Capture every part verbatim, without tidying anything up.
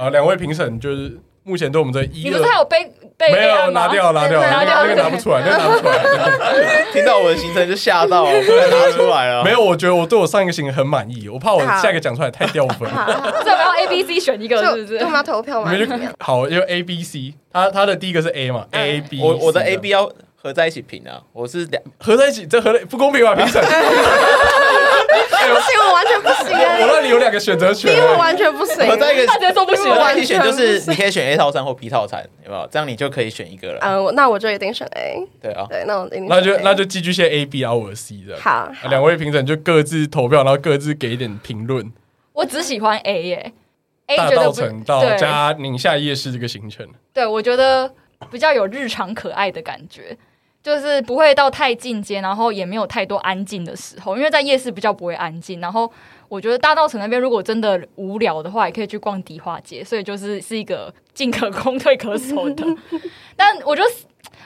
好，两位评审就是目前对我们这一， 你不是还有被被没有拿掉拿掉拿掉，那个拿不出来，那个拿不出来。 听到我的行程就吓到了，不能拿出来了。 没有，我觉得我对我上一个行程很满意，我怕我下一个讲出来太掉分。 所以我们要 A B C 选一个，是不是？ 就我们要投票吗？ 好，因为 A B C， 他他的第一个是 A 嘛 ，A B， 我我的 A B 要合在一起评啊，我是两合在一起，这合不公平吧？评审。 不行，我完全不行啊！ 我让你有两个选择权， 我完全不行。 合在一个， 他直接说不行， 合在一起选就是你可以选 A 套餐或 B 套餐，有没有？这样你就可以选一个了。 嗯，那我就一定选 A。 对啊， 对，那我一定。 那就那就寄居蟹 A B， 然后我的 C 的。 好， 两位评审就各自投票，然后各自给一点评论。 我只喜欢 A 耶 ，A 大觉得稻埕到加宁夏夜市这个行程， 对我觉得比较有日常可爱的感觉。就是不会到太进阶，然后也没有太多安静的时候，因为在夜市比较不会安静。然后我觉得大稻埕那边如果真的无聊的话，也可以去逛迪化街，所以就是是一个进可攻退可守的。但我觉得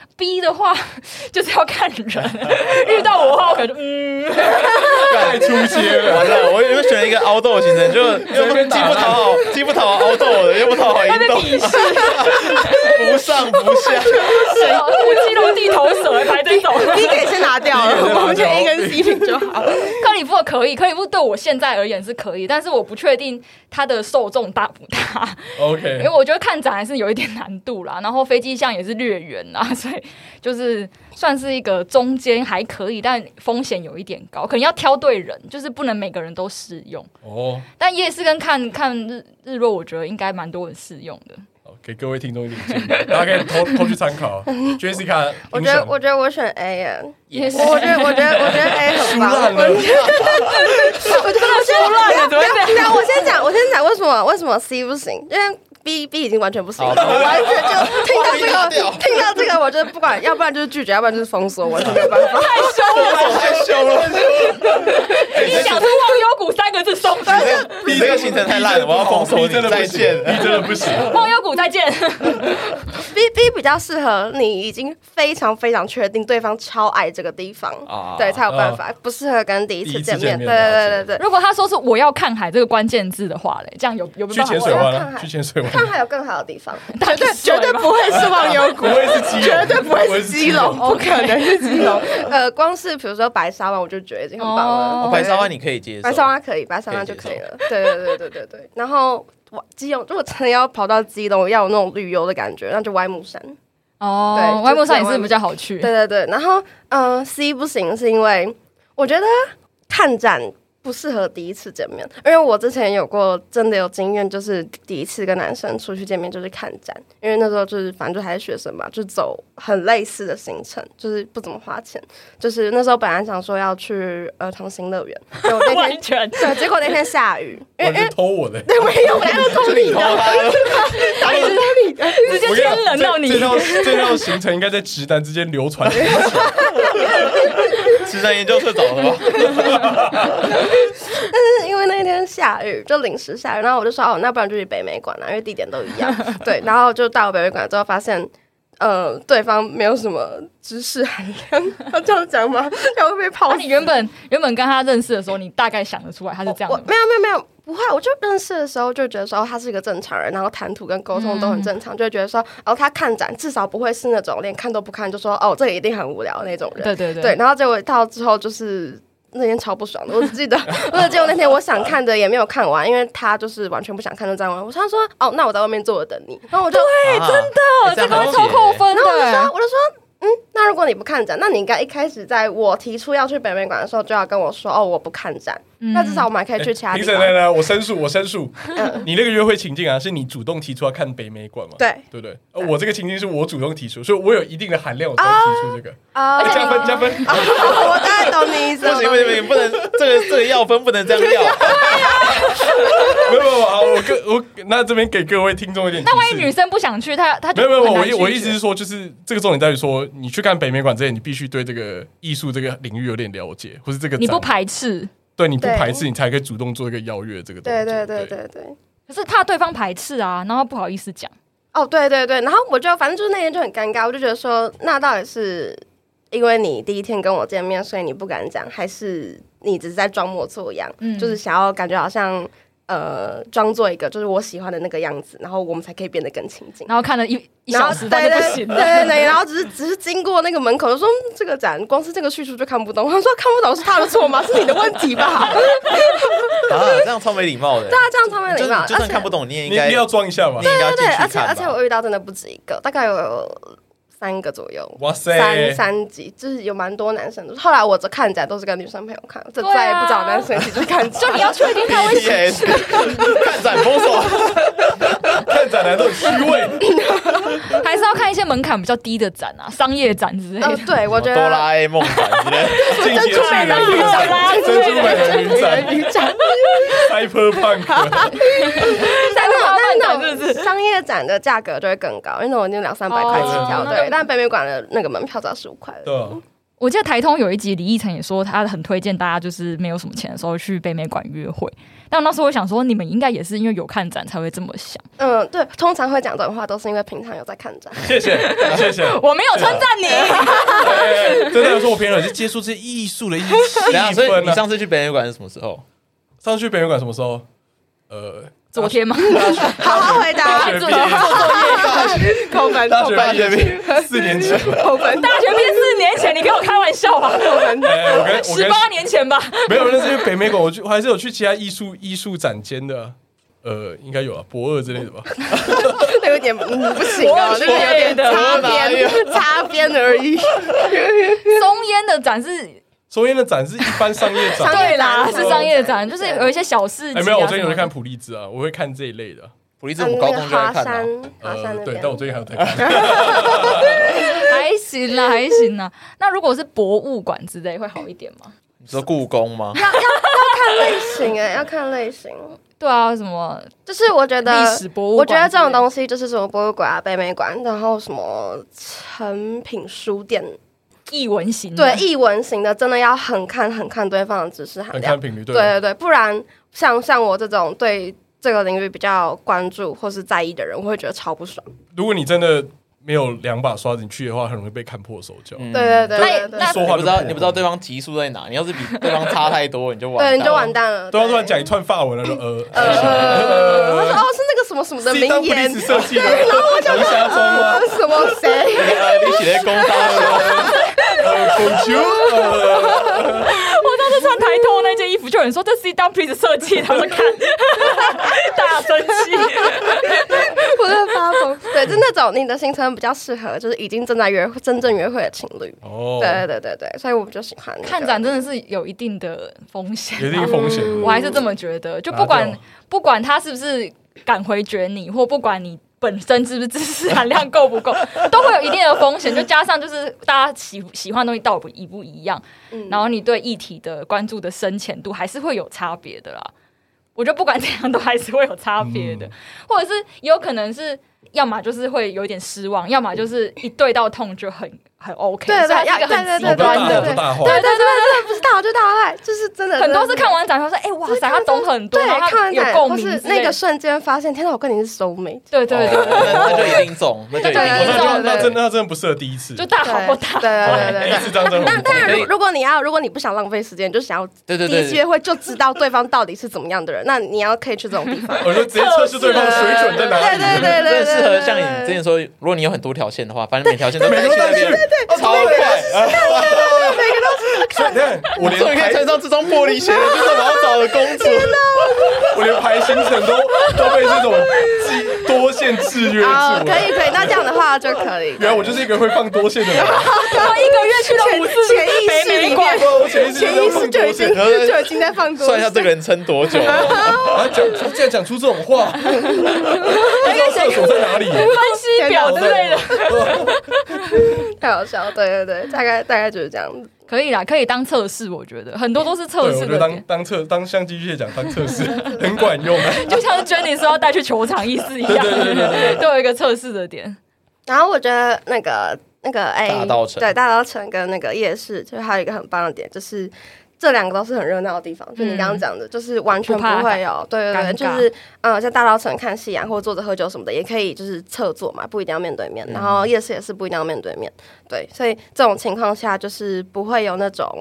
B 的话就是要看人，遇到我的话，我可能嗯， 太出街了。 完了，我又选一个凹豆行程，就又既不讨好，既不讨好凹豆的，又不讨好银豆，不上不下。 我基隆地头蛇排这种 ，B 可以先拿掉了，我们就 A 跟 C 评就好。 克里夫的可以，克里夫对我现在而言是可以，但是我不确定他的受众大不大。 OK， 因为我觉得看展还是有一点难度啦，然后飞机项也是略远啦，所以就是算是一个中间还可以，但风险有一点高，可能要挑对人，就是不能每个人都适用。哦，但夜市跟看看日日落，我觉得应该蛮多人适用的。 给各位听众一点建议，大家可以偷偷去参考。Jessica， 我觉得我觉得我选 A 啊， yes. 我觉得我觉得我觉得 A 很棒。 输烂了， 我觉得我输烂了，怎么会这样？我先讲，我先讲为什么为什么 C 不行，因为。B B 已经完全不行了，我完全就听到这个，听到这个，我就不管，要不然就是拒绝，要不然就是封锁，完全没有办法。 太凶了， 太凶了！ 你讲出忘忧谷三个字，松分。 你这个行程太烂了，我要封锁你，再见。 你真的不行， 忘忧谷再见。 B B 比较适合你已经非常非常确定对方超爱这个地方，对才有办法，不适合跟第一次见面。对对对对。 如果他说是我要看海这个关键字的话嘞，这样有有没有办法？ 去潜水湾了，去潜水湾。 看海有更好的地方，绝对绝对不会是忘忧谷， 不会是基隆， 绝对不会是基隆，不可能是基隆。呃，光是比如说白沙湾，我就觉得已经很棒了。 白沙湾你可以接受， 白沙湾可以，白沙湾就可以了。对对对对对对。然后基隆，如果真的要跑到基隆，要有那种旅游的感觉，那就歪木山。 哦，对，歪木山也是比较好去。 对对对。然后，嗯 ，C 不行，是因为我觉得看展。不适合第一次见面，因为我之前有过真的有经验，就是第一次跟男生出去见面就是看展，因为那时候就是反正就还是学生嘛，就走很类似的行程，就是不怎么花钱，就是那时候本来想说要去儿童新乐园，结果那天对，结果那天下雨，因为偷我的， 对，没有，我还要偷你的，哪里是偷你的， 直接天冷到你， 这套这套行程应该在直男之间流传。 直男研究社找的吗？ 但是因为那天下雨，就临时下雨，然后我就说哦，那不然就去北美馆啦，因为地点都一样。对，然后就到北美馆之后，发现呃对方没有什么知识含量，要这样讲吗？然后被泡死。 你原本原本跟他认识的时候，你大概想得出来他是这样的吗？ 没有没有没有，不会。我就认识的时候就觉得说、哦、他是一个正常人，然后谈吐跟沟通都很正常，嗯、就会觉得说哦，他看展至少不会是那种连看都不看就说哦，这个一定很无聊那种人。 对对对。 对，然后结果到之后就是那天超不爽的，我只记得，我只记得那天我想看的也没有看完，因为他就是完全不想看就这样玩。我他说哦，那我在外面坐着等你，然后我就对，啊、真的，这个超扣分的。 然后我就说，我就说。嗯，那如果你不看展，那你应该一开始在我提出要去北美馆的时候就要跟我说哦，我不看展。嗯、那至少我们还可以去其他地方。 评审来来，我申诉，我申诉。嗯、你那个约会情境啊，是你主动提出要看北美馆嘛？ 对， 对不对？呃、我这个情境是我主动提出，所以我有一定的含量，我才提出这个。啊、加分加分。 啊、我大概懂你意思。 不行不行不行，不能这个这个要分不能这样要。 没有没有，好，我跟我那这边给各位听众一点。 那万一女生不想去，她她没有没有，我我意思是说，就是这个重点在于说，你去看北美馆之前，你必须对这个艺术这个领域有点了解，或是这个你不排斥， 对，你不排斥，你才可以主动做一个邀约这个动作。 对对对对对。 可是怕对方排斥啊，然后不好意思讲。 哦，对对对，然后我就反正就是那天就很尴尬，我就觉得说，那到底是因为你第一天跟我见面，所以你不敢讲，还是你只是在装模作样，嗯、就是想要感觉好像。 呃装作一个就是我喜欢的那个样子，然后我们才可以变得更亲近。 然后看了一一小时，但是不行了。 对对对，然后只是只是经过那个门口，就说、嗯、这个展光是这个叙述就看不懂。他说看不懂是他的错吗？是你的问题吧？啊， 这样超没礼貌的。 对啊，这样超没礼貌。 就算看不懂，你也应该你要装一下嘛。 对对对，而且而且我遇到真的不止一个，大概有三个左右。 哇塞， 三三集就是有蛮多男生的。后来我这看展都是跟女生朋友看，就再也不找男生一起去看展。 就你要确定他会喜看展封锁， 看展来都很虚伪， 还是要看一些门槛比较低的展啊，商业展之类的。 呃、对，我觉得哆啦 A 梦展之类的， 珍珠美人鱼展，珍珠美人鱼展 ，Cyberpunk， Cyberpunk 展是不是？ 商业展的价格就会更高，因为那种已经两三百块起跳，对。但北美馆的那个门票只要十五块。 对。 我记得台通有一集李奕晨也说，他很推荐大家就是没有什么钱的时候去北美馆约会。但那时候我想说，你们应该也是因为有看展才会这么想。 嗯，对，通常会讲这种话都是因为平常有在看展。 谢谢谢谢， 我没有称赞你。 真的说我平常是接触这些艺术的一些气氛、啊。 所以你上次去北美馆是什么时候？ 上次去北美馆什么时候？呃。 昨天吗？ 好好回答。 大学毕业， 大学扣分， 大学毕业四年前， 扣分。 大学毕业四年前，你跟我开玩笑吧？ 扣分。 哎，我跟十八年前吧。 没有，那是因为北美馆，我去，我还是有去其他艺术艺术展间的。呃，应该有啊，博二之类的吧。 那有点嗯不行哦，那个有点擦边，擦边而已。 松烟的展是。 松烟的展是一般商业展， 对啦，是商业展，就是有一些小事情、啊。 哎，没有，我最近有去看普利兹啊，我会看这一类的。 普利兹我高中就在看啊。 呃，对，但我最近还有在看。 还行啦，还行啦。那如果是博物馆之类，会好一点吗？ 你说故宫吗？ 要要要看类型哎，要看类型。 对啊，什么？ 就是我觉得历史博物馆， 我觉得这种东西就是什么博物馆啊、北美馆，然后什么诚品书店。 艺文型对艺文型的，真的要很看很看对方的知识含量， 很看频率，对对对对，不然像像我这种对这个领域比较关注或是在意的人，我会觉得超不爽。 如果你真的没有两把刷子，你去的话，很容易被看破手脚。 嗯、对对对对对， 那说话你不知道你不知道对方级数在哪，你要是比对方差太多，你就完蛋了， 对，你就完蛋了。 对方突然讲一串法文了，说呃呃， 他说哦是那个什么什么的名言， 设计的，然后我就想说什么谁？ 你写在公司。 呃，孔丘， 我当时穿台透那件衣服，就有人说这是一当 please 设计，他们看，大生气， 我在发疯。对，就那种你的行程比较适合，就是已经正在约会、真正约会的情侣。哦，对对对对，所以我们就喜欢、那個、 看展，真的是有一定的风险、啊， 有一定风险、嗯。 我还是这么觉得，就不管、啊、不管他是不是敢回绝你，或不管你。本身是不是知识含量够不够，都会有一定的风险。就加上就是大家喜喜欢的东西到底一不一样、嗯，然后你对议题的关注的深浅度还是会有差别的啦。我觉得不管怎样都还是会有差别的、嗯，或者是也有可能是，要么就是会有点失望，要么就是一对到痛就很很 OK。 对对， 要一个很极端的， 对对对对对，不是大好就大坏，就是真的。 很多是看完展后说，哎、欸、哇塞，他懂很多， 对，看完展有共鸣， 是那个瞬间发现，天哪，我跟你是 soul mate。 对对对， 那就一定中，那就一定中。 那真的那真的不适合第一次， 就大好或大坏。 对对对， 第一次这样真的。 但但如果你要，如果你不想浪费时间，就想要第一次约会就知道对方到底是怎么样的人，那你要可以去这种地方。 我就直接测试对方的水准在哪里。 对对对对， 真的适合像你之前说，如果你有很多条线的话，反正每条线都带去那边，超快。 每个都是。 我终于可以穿上这双玻璃鞋了，就是我要找的公主。 我连排行程都都被这种多线制约住了。 可以可以，那这样的话就可以。 原来我就是一个会放多线的人。 我一个月去了五次潜意识里面， 潜意识潜意识就已经就已经在放多。 算一下这个人撑多久。 啊，讲出竟然讲出这种话，不知道厕所在哪里？ 分析表之类的， 太好笑。对对对，大概大概就是这样子。 可以啦，可以当测试，我觉得很多都是测试的。 我觉得当当测当像继续讲当测试很管用啊， 就像 Jenny 说要带去球场意思一样， 对对对对对， 都有一个测试的点。 然后我觉得那个那个哎， 大稻埕对大稻埕跟那个夜市，就是还有一个很棒的点，就是这两个都是很热闹的地方。就你刚刚讲的，就是完全不会有，对对对，就是嗯，像大稻埕看夕阳或者坐着喝酒什么的，也可以就是侧坐嘛，不一定要面对面。然后夜市也是不一定要面对面，对，所以这种情况下就是不会有那种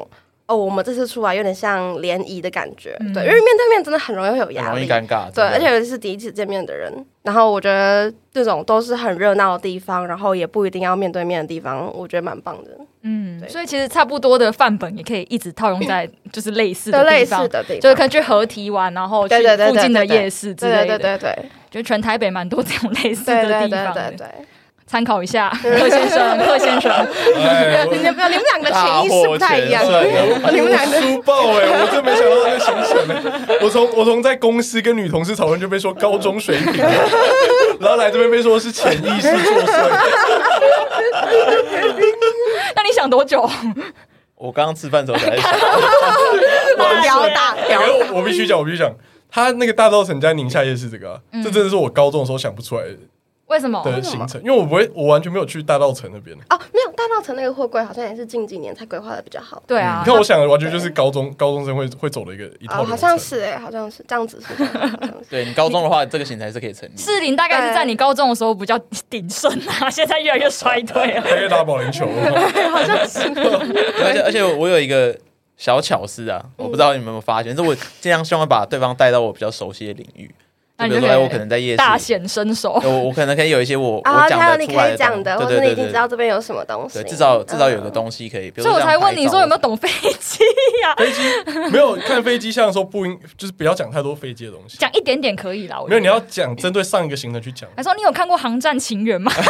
哦，我们这次出来有点像联谊的感觉， 嗯、 对，因为面对面真的很容易会有压力， 很容易尴尬， 对，而且尤其是第一次见面的人，然后我觉得这种都是很热闹的地方，然后也不一定要面对面的地方，我觉得蛮棒的。 嗯，所以其实差不多的范本也可以一直套用在就是类似的地方， 类似的地方， 就是可能去合体玩，然后去附近的夜市之类的，对对对对对，就全台北蛮多这种类似的地方的，对对对对。参考一下，贺先生，贺先生， 哎、你们你们两个潜意识不太一样， 你们两个书报哎、欸，我真没想到这个行程哎、欸，我从我从在公司跟女同事讨论就被说高中水平，然后来这边被说是潜意识作祟。 那你想多久？ 我刚刚吃饭的时候才在想， 屌打屌， 我必须讲，我必须讲，他那个大稻埕加宁夏夜市这个、啊，嗯、这真的是我高中的时候想不出来的。 为什么的行程？因为我不会，我完全没有去大稻埕那边。 哦，没有，大稻埕那个货柜好像也是近几年才规划的比较好。 对啊， 你看我想的完全就是高中高中生会会走的一个一套流程。 哦，好像是哎、欸，好像是这样子是。 对你高中的话，这个行程还是可以成立。 士林大概是在你高中的时候比较鼎盛啊，现在越来越衰退了。 还可以打保龄球， 好像是。 而且而且我有一个小巧思啊，我不知道你们有没有发现，是我尽量希望把对方带到我比较熟悉的领域。就比如说，我可能在夜市大显身手， 我我可能可以有一些我啊， 我讲的出来的讲的，或者你已经知道这边有什么东西， 对，至少至少有个东西可以。 所以我才问你说有没有懂飞机呀？ 飞机没有看飞机像的时候不应就是不要讲太多飞机的东西， 讲一点点可以啦。 没有，你要讲针对上一个行程去讲。 还说你有看过《航站情缘》吗？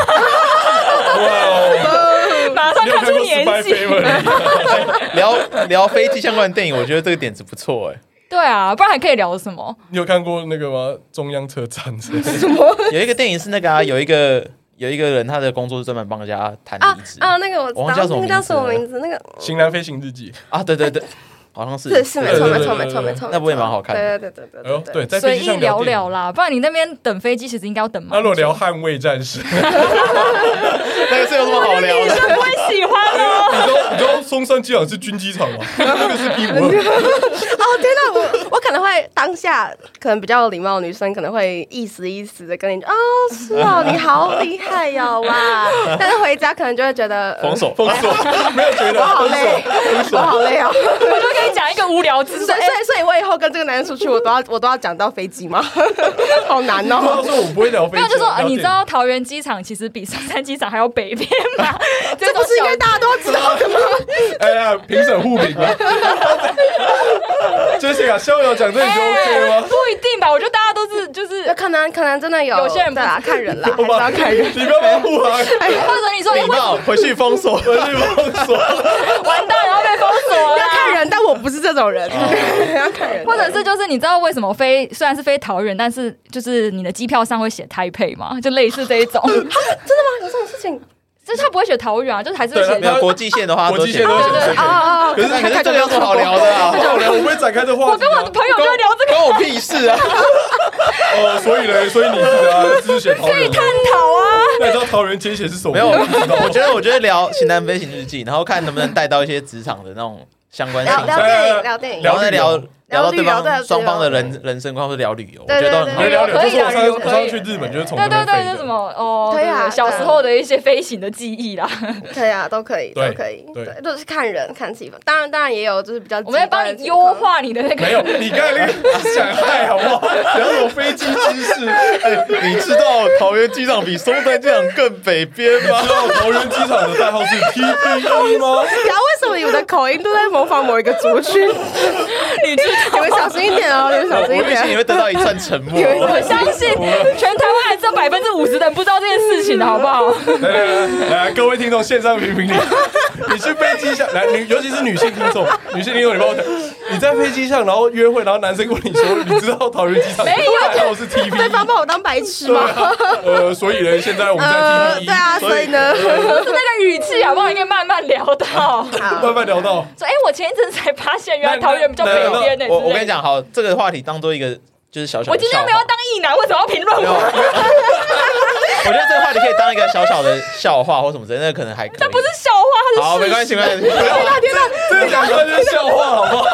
哇， 马上看出年纪。 聊聊飞机相关的电影，我觉得这个点子不错哎。 对啊，不然还可以聊什么？ 你有看过那个吗？中央车站什么？ 有一个电影是那个啊，有一个有一个人，他的工作是专门帮人家谈离职啊啊，那个我知道， 我忘记叫什么那个叫什么名字？那个《 型男飞行日记》 啊，对对对，好像是是是没错没错没错没错， 那部也蛮好看的。 对对对对对对，在随意聊聊啦，不然你那边等飞机其实应该要等嘛。 那如果聊捍卫战士， 那个是有什么好聊的？ 女生不会喜欢哦。 你知道你知道松山机场是军机场吗？那个是 P 五二。 哦天哪，我我可能会当下可能比较有礼貌的女生可能会意思意思的跟你哦是哦你好厉害哟哇，但是回家可能就会觉得封锁封锁，没有觉得我好累，我好累哦。 我就跟你讲一个无聊知识， 所以所以所以我以后跟这个男人出去，我都要我都要讲到飞机吗？好难哦。 说我不会聊飞机， 没有就说你知道桃园机场其实比松山机场还要北边吗？ 这不是应该大家都知道的吗？ 哎呀，评审互评啊！Jessica，逍遥讲这你就 OK 吗？ 不一定吧，我觉得大家都是就是可能可能真的有有些人对啦，看人啦，还是要看人。 你不要帮护航， 或者你说礼貌回去封锁， 回去封锁， 完蛋，然后被封锁了。 要看人，但我不是这种人，要看人。 或者是就是你知道为什么飞虽然是飞桃园，但是就是你的机票上会写台北吗？就类似这一种。 真的吗？有这种事情？ 就是他不会写桃园啊，就是还是会写。 没有国际线的话， 国际线都写台北。 啊可是可是这个有什么好聊的啊？ 好聊，我不会展开这话题。 我跟我的朋友就在聊这个， 关我屁事啊！ 哦，所以嘞，所以你是啊，是写桃园。 可以探讨啊。 那你知道桃园接写是什么？ 没有，我觉得我觉得聊《型男飞行日记》，然后看能不能带到一些职场的那种相关性， 聊电影，聊电影， 然后再聊。聊到对方双方的人人生观，或者聊旅游，我觉得都很好聊。 可以啊， 我上次去日本就是从对对对，就什么哦， 可以啊， 小时候的一些飞行的记忆啦， 可以啊，都可以，都可以，对，都是看人看气氛。当然，当然也有就是比较， 我们在帮你优化你的那个。 没有，你刚才那个想害好不好？聊有飞机知识， 哎，你知道桃园机场比松山机场更北边吗？ 你知道桃园机场的代号是 T P E 吗？ 然后为什么你们的口音都在模仿某一个族群？ 你知道？ 你们小心一点哦，你们小心一点。 你会得到一串沉默。 我相信全台湾还只有百分之五十的人不知道这件事情的好不好？ 来来来来，各位听众线上评评理，你去飞机上来，女尤其是女性听众，女性听众你帮我讲，你在飞机上然后约会，然后男生问你说，你知道桃园机场没有代号是 T P E？ 对方把我当白痴吗？ 呃，所以呢，现在我们在 T P E。 对啊，所以呢， 是那个语气好不好？应该慢慢聊到， 慢慢聊到。 说哎，我前一阵才发现，原来桃园比较北边呢。 我我跟你讲，好，这个话题当做一个就是小小的。 我今天没有当异男，为什么要评论我？ 我觉得这个话题可以当一个小小的笑话或什么之类的，那可能还可以。 这不是笑话，它是好，没关系，没关系。 天哪，天哪， 这个讲出来就是笑话，好不好？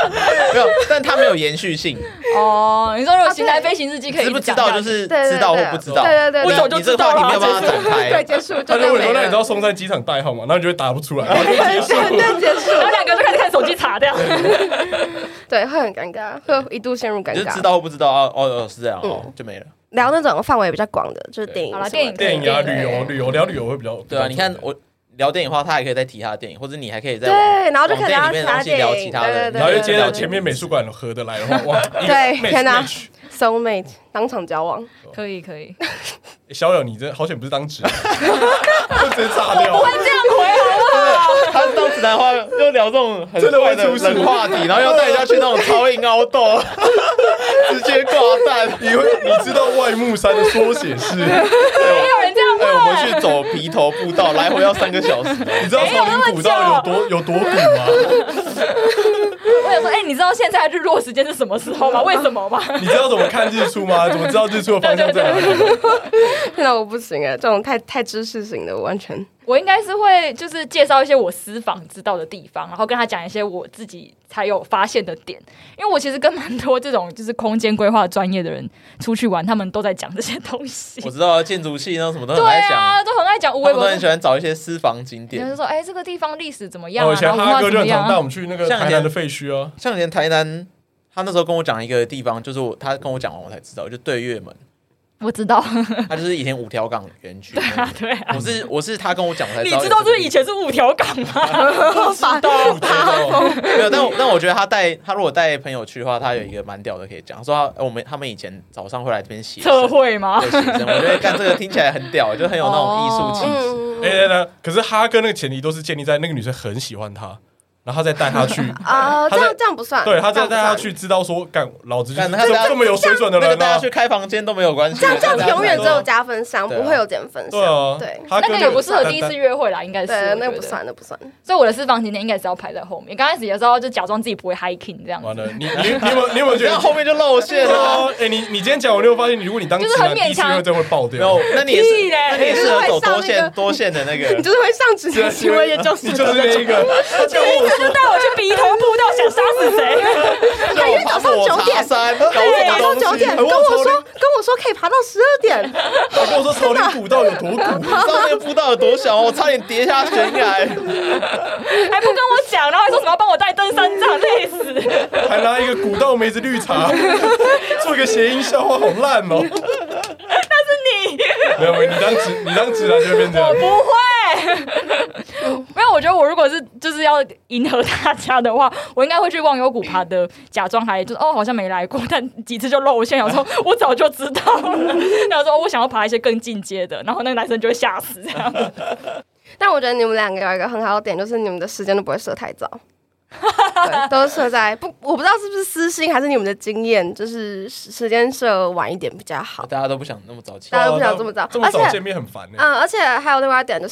没有，但它没有延续性。 哦，你说如果形态飞行日记可以知不知道就是知道或不知道， 对对对， 我早就知道了， 你这个话题没有办法展开， 对，结束就他就问说：“那你知道松山机场代号吗？”然后你就会答不出来，然后就结束， 对，结束， 然后两个就开始看手机查掉， 对，会很尴尬，会一度陷入尴尬。 就知道或不知道哦哦是这样哦，就没了。 聊那种范围比较广的，就是电影， 好了，电影电影啊，旅游旅游聊旅游会比较对啊。你看我聊电影的话，他还可以再提他的电影，或者你还可以在对，然后就可以聊其他电影， 聊其他的， 然后又接着前面美术馆合得来的话，哇， 对，天哪 ，soul mate 当场交往， 可以可以。 逍遥，你这好险不是当直男，就直接炸掉。 不会这样回好不好？ 他当直男的话，又聊这种很怪的冷话题，然后又带人家去那种超硬凹豆，直接挂蛋。 你会你知道外木山的缩写是？没有人这样问。 对，我们去走鼻头步道，来回要三个小时。 你知道丛林古道有多有多古吗？ 我想说，哎、欸，你知道现在日落时间是什么时候吗？为什么吗？ 你知道怎么看日出吗？怎么知道日出的方向在哪里？ 现在我不行哎，这种太太知识型的，我完全。 我应该是会就是介绍一些我私房知道的地方，然后跟他讲一些我自己才有发现的点。因为我其实跟蛮多这种就是空间规划专业的人出去玩，他们都在讲这些东西。 我知道建筑系那什么都很爱讲， 对啊，都很爱讲。 他们都很喜欢找一些私房景点， 就是说，哎、欸，这个地方历史怎么样、啊？ 哦，以前哈哥就很常带我们去那个台南的废墟啊。 像以前台南，他那时候跟我讲一个地方，就是我他跟我讲完我才知道，就对月门。 我知道， 他就是以前五条港园区。 对啊，对啊。 我是我是他跟我讲我才知道。 你知道这以前是五条港吗？不知道。 没有，但但我觉得他带他如果带朋友去的话，他有一个蛮屌的可以讲。说他我们他们以前早上会来这边写测绘吗？ 对，写生。我觉得干这个听起来很屌，就很有那种艺术气质。 哎，那可是哈哥那个前提都是建立在那个女生很喜欢他。然后他再带他去啊，这样这样不算。 对，他再带他去，知道说，干老子就是这么有水准的人， 带他去开房间都没有关系。 这样这样永远只有加分项，不会有减分项。对， 那个也不适合第一次约会啦，应该是。 对，那不算，那不算。 所以我的私房景点应该是要排在后面。刚开始的时候就假装自己不会 hiking 这样。 完了，你你你有没有你有没有觉得后面就露馅了？ 哎，你你今天讲，我你会发现，如果你当直男，第一次约会真会爆掉。 没有，那你也是，那你也适合走多线多线的那个。 你就是会上直男行为研究室， 你就是那一个。 他就一直带我去比。头步到想杀死谁？ 每天早上九点，对，早上九点跟我说，跟我说可以爬到十二点。 他跟我说丛林古道有多古， 你知道那个步道有多小？我差点跌下悬崖，还不跟我讲，然后还说什么要帮我带登山杖，累死！ 还拿一个古道梅子绿茶做一个谐音笑话，好烂哦！ 那是你， 没有没有，你当直你当直男就会变这样。 我不会，没有。我觉得我如果是就是要迎合大家的话，我应该会去忘忧谷爬的，假装还就是哦好像没来过，但几次就露馅。想说我早就知道了，然后说我想要爬一些更进阶的，然后那个男生就会吓死这样。 但我觉得你们两个有一个很好的点，就是你们的时间都不会设太早。对，都设在不，我不知道是不是私心还是你们的经验，就是时间设晚一点比较好。 大家都不想那么早起， 大家都不想这么早， 这么早见面很烦。 嗯，而且还有另外一点就是，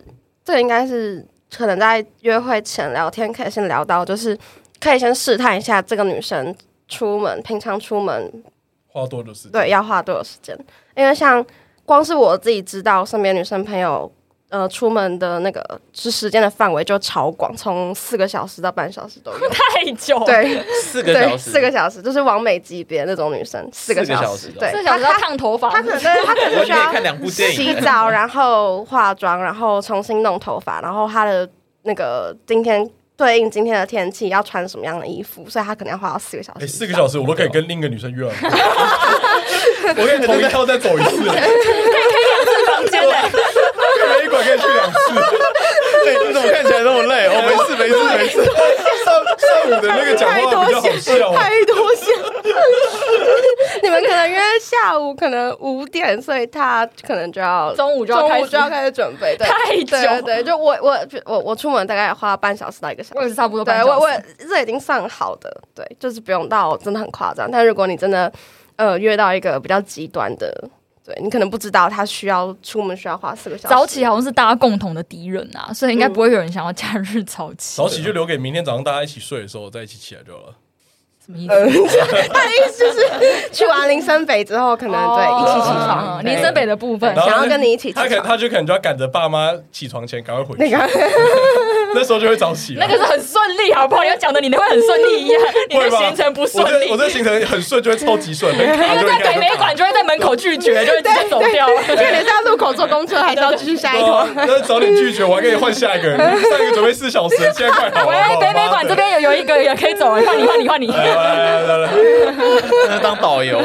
这应该是可能在约会前聊天可以先聊到，就是可以先试探一下这个女生出门，平常出门花多久时间？ 对，要花多少时间？因为像光是我自己知道，身边女生朋友。呃，出门的那个是时间的范围就超广，从四个小时到半小时都有， 太久。 对， 四个小时， 四个小时就是完美级别那种女生，四个小时，对， 四个小时要烫头发， 她可能她可能需要看两部电影， 洗澡，然后化妆，然后重新弄头发，然后她的那个今天对应今天的天气要穿什么样的衣服，所以她可能要花到四个小时。 哎，四个小时我都可以跟另一个女生约完，我可以同一套再走一次，可以开两次房间嘞。 美馆可以去两次， 对，你怎么看起来那么累？哦，没事没事没事。 上上午的那个讲话比较好笑， 太多线。你们可能约下午可能五点，所以他可能就要中午就要开始就要开始准备。对， 太久， 对对，就我我我我出门大概花半小时到一个小时， 我也是差不多半小时。 对，我我这已经算好的，对，就是不用到真的很夸张。但如果你真的呃约到一个比较极端的。对你可能不知道他需要出门需要花四个小时。 早起好像是大家共同的敌人啊，所以应该不会有人想要假日早起。 早起就留给明天早上大家一起睡的时候再一起起来就好了。 什么意思？呃、 他的意思就是去完林森北之后，可能、哦、对一起起床。 林森北的部分， 想要跟你一起起床， 他可能他就可能就要赶着爸妈起床前赶快回去。 那时候就会早起了。 那个是很顺利，好不好？你要讲的你会很顺利一样，你的行程不顺利。 我这行程很顺，就会超级顺。因为在北美馆就会在门口拒绝，就会直接走掉。 因为你是要路口坐公车，还是要继续下一团？ 那早点拒绝，我还可以换下一个人。上一个准备四小时，现在快好了。 喂，北美馆这边有有一个也可以走，换你换你换你。 来来来来， 那当导游。